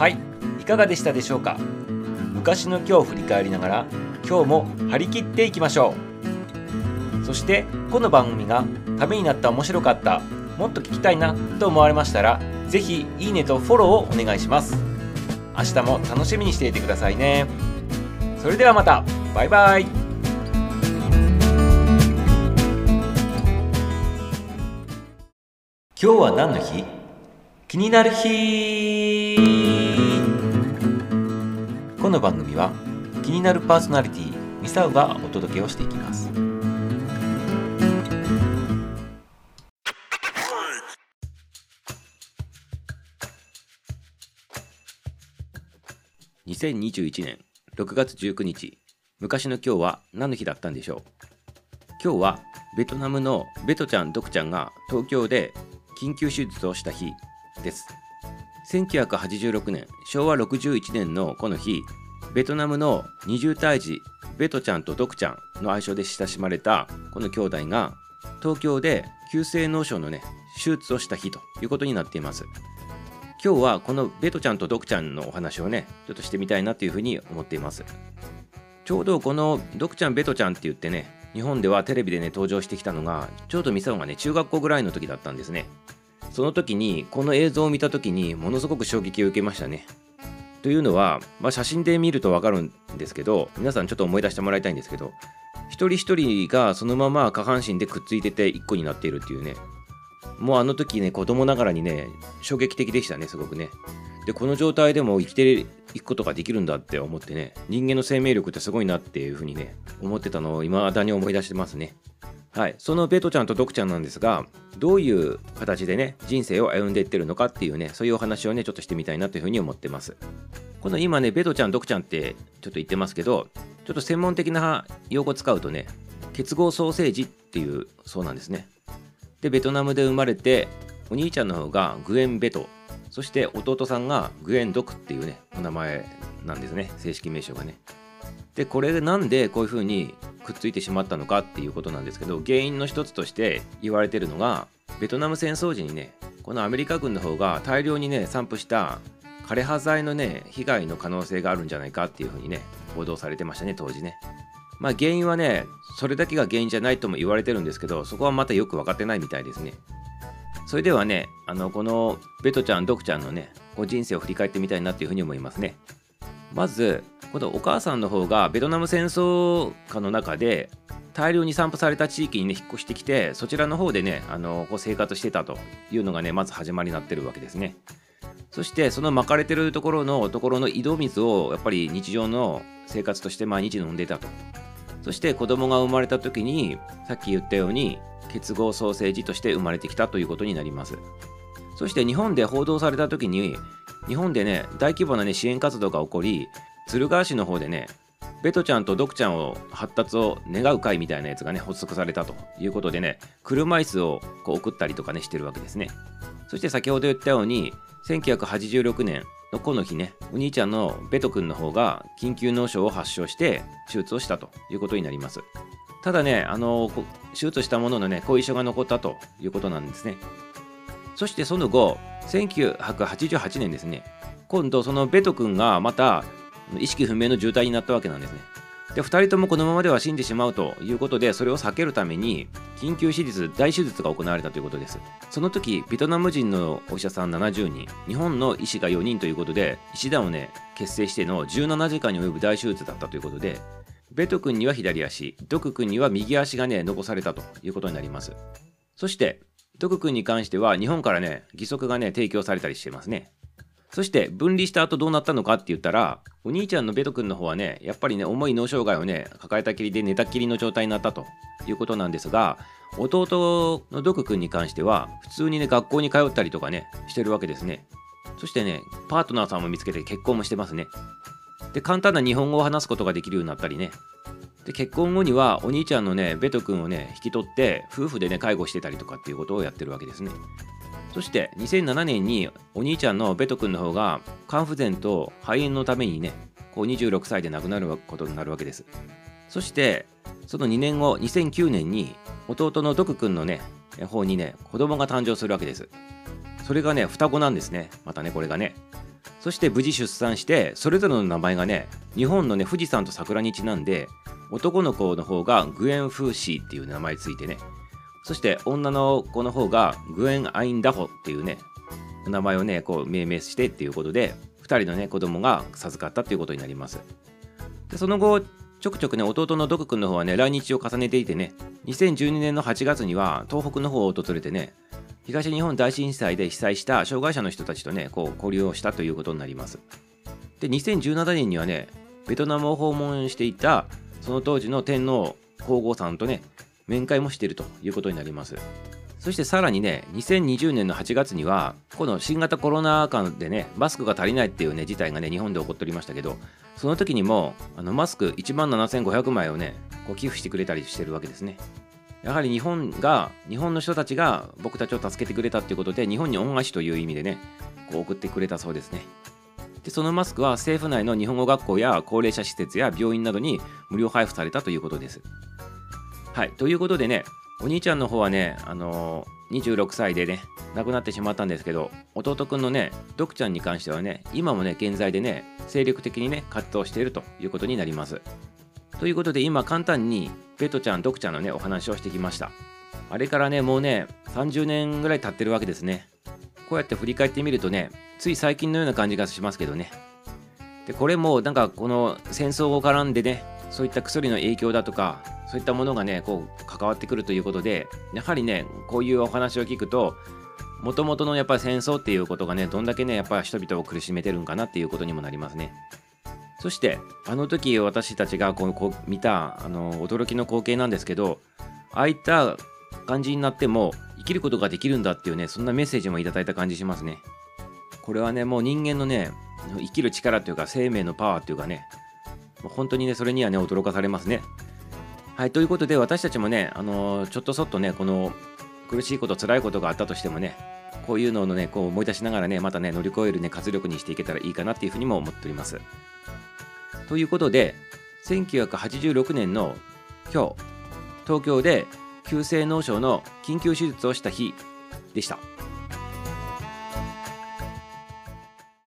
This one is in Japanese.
はい、いかがでしたでしょうか。昔の今日を振り返りながら今日も張り切っていきましょう。そしてこの番組がためになった、面白かった、もっと聞きたいなと思われましたら、ぜひいいねとフォローをお願いします。明日も楽しみにしていてくださいね。それではまた、バイバイ。今日は何の日？気になる日。この番組は気になるパーソナリティミサウがお届けをしていきます。2021年6月19日、昔の今日は何の日だったんでしょう。今日はベトナムのベトちゃんドクちゃんが東京で緊急手術をした日です。1986年、昭和61年のこの日、ベトナムの二重胎児ベトちゃんとドクちゃんの愛称で親しまれたこの兄弟が東京で急性脳症の手術をした日ということになっています。今日はこのベトちゃんとドクちゃんのお話をちょっとしてみたいなというふうに思っています。ちょうどこのドクちゃんベトちゃんって言って日本ではテレビで登場してきたのが、ちょうどミサオが中学校ぐらいの時だったんですね。その時にこの映像を見た時にものすごく衝撃を受けましたね。というのは、写真で見ると分かるんですけど、皆さんちょっと思い出してもらいたいんですけど、一人一人がそのまま下半身でくっついてて一個になっているっていうもうあの時子供ながらに衝撃的でしたね、すごくで、この状態でも生きていくことができるんだって思って人間の生命力ってすごいなっていうふうに思ってたのを未だに思い出してますね。はい、そのベトちゃんとドクちゃんなんですが、どういう形で人生を歩んでいってるのかっていうそういうお話をちょっとしてみたいなというふうに思ってます。この今ベトちゃんドクちゃんってちょっと言ってますけど、ちょっと専門的な用語を使うと結合ソーセージっていうそうなんですね。で、ベトナムで生まれて、お兄ちゃんの方がグエン・ベト、そして弟さんがグエン・ドクっていうお名前なんですね、正式名称がで、これなんでこういう風にくっついてしまったのかっていうことなんですけど、原因の一つとして言われてるのが、ベトナム戦争時にこのアメリカ軍の方が大量に散布した枯葉剤の被害の可能性があるんじゃないかっていう風に報道されてました当時原因はそれだけが原因じゃないとも言われてるんですけど、そこはまたよく分かってないみたいですそれではこのベトちゃんドクちゃんのこう人生を振り返ってみたいなっていうふうに思いますまずこのお母さんの方がベトナム戦争下の中で大量に散布された地域に引っ越してきて、そちらの方でこう生活してたというのがまず始まりになってるわけですそしてその巻かれてるところの井戸水をやっぱり日常の生活として毎日飲んでたと。そして子供が生まれた時に、さっき言ったように結合ソーセージとして生まれてきたということになります。そして日本で報道された時に、日本で大規模な支援活動が起こり、鶴川市の方でベトちゃんとドクちゃんを発達を願う会みたいなやつが発足されたということで車椅子をこう送ったりとかしてるわけですそして先ほど言ったように1986年のこの日お兄ちゃんのベト君の方が緊急脳症を発症して手術をしたということになります。ただ手術したものの後遺症が残ったということなんですそしてその後1988年です今度そのベト君がまた意識不明の重体になったわけなんですで、2人ともこのままでは死んでしまうということで、それを避けるために緊急手術、大手術が行われたということです。その時ベトナム人のお医者さん70人、日本の医師が4人ということで、医師団を結成しての17時間に及ぶ大手術だったということで、ベト君には左足、ドク君には右足が残されたということになります。そしてドク君に関しては日本から義足が提供されたりしてますそして分離した後どうなったのかって言ったら、お兄ちゃんのベト君の方はやっぱり重い脳障害を抱えたきりで寝たきりの状態になったということなんですが、弟のドク君に関しては普通に学校に通ったりとかしてるわけですそしてパートナーさんも見つけて結婚もしてますで、簡単な日本語を話すことができるようになったりで、結婚後にはお兄ちゃんのベト君を引き取って夫婦で介護してたりとかっていうことをやってるわけですそして2007年にお兄ちゃんのベト君の方が肝不全と肺炎のためにこう26歳で亡くなることになるわけです。そしてその2年後2009年に弟のドク君の方に子供が誕生するわけです。それが双子なんですまたこれがそして無事出産して、それぞれの名前がね、日本のね富士山と桜にちなんで、男の子の方がグエン・フーシーっていう名前ついてね、そして女の子の方がグエン・アインダホっていうね名前をねこう命名してっていうことで、2人のね子供が授かったっていうことになります。でその後ちょくちょくね弟のドク君の方はね来日を重ねていてね、2012年の8月には東北の方を訪れてね、東日本大震災で被災した障害者の人たちとねこう交流をしたということになります。で2017年にはねベトナムを訪問していたその当時の天皇皇后さんとね面会もしているということになります。そしてさらにね2020年の8月にはこの新型コロナ禍でねマスクが足りないっていうね事態がね日本で起こっておりましたけど、その時にもマスク17,500枚をねこう寄付してくれたりしてるわけですね。やはり日本の人たちが僕たちを助けてくれたっていうことで、日本に恩返しという意味でねこう送ってくれたそうですね。でそのマスクは政府内の日本語学校や高齢者施設や病院などに無料配布されたということです。はい、ということでね、お兄ちゃんの方はね、26歳でね亡くなってしまったんですけど、弟くんのねドクちゃんに関してはね今もね現在でね精力的にね活動しているということになります。ということで今簡単にベトちゃんドクちゃんのねお話をしてきました。あれからねもうね30年ぐらい経ってるわけですね。こうやって振り返ってみるとねつい最近のような感じがしますけどね。でこれもなんかこの戦争を絡んでね、そういった薬の影響だとかそういったものがねこう関わってくるということで、やはりねこういうお話を聞くと、もともとのやっぱり戦争っていうことがねどんだけねやっぱり人々を苦しめてるんかなっていうことにもなりますね。そしてあの時私たちがこう見た驚きの光景なんですけど、ああいった感じになっても生きることができるんだっていうね、そんなメッセージもいただいた感じしますね。これはねもう人間のね生きる力というか生命のパワーというかね、もう本当にねそれにはね驚かされますね。はい、ということで私たちもねちょっとそっとねこの苦しいこと辛いことがあったとしてもね、こういうのをねこう思い出しながらねまたね乗り越えるね活力にしていけたらいいかなっていうふうにも思っております。ということで1986年の今日、東京で急性脳症の緊急手術をした日でした。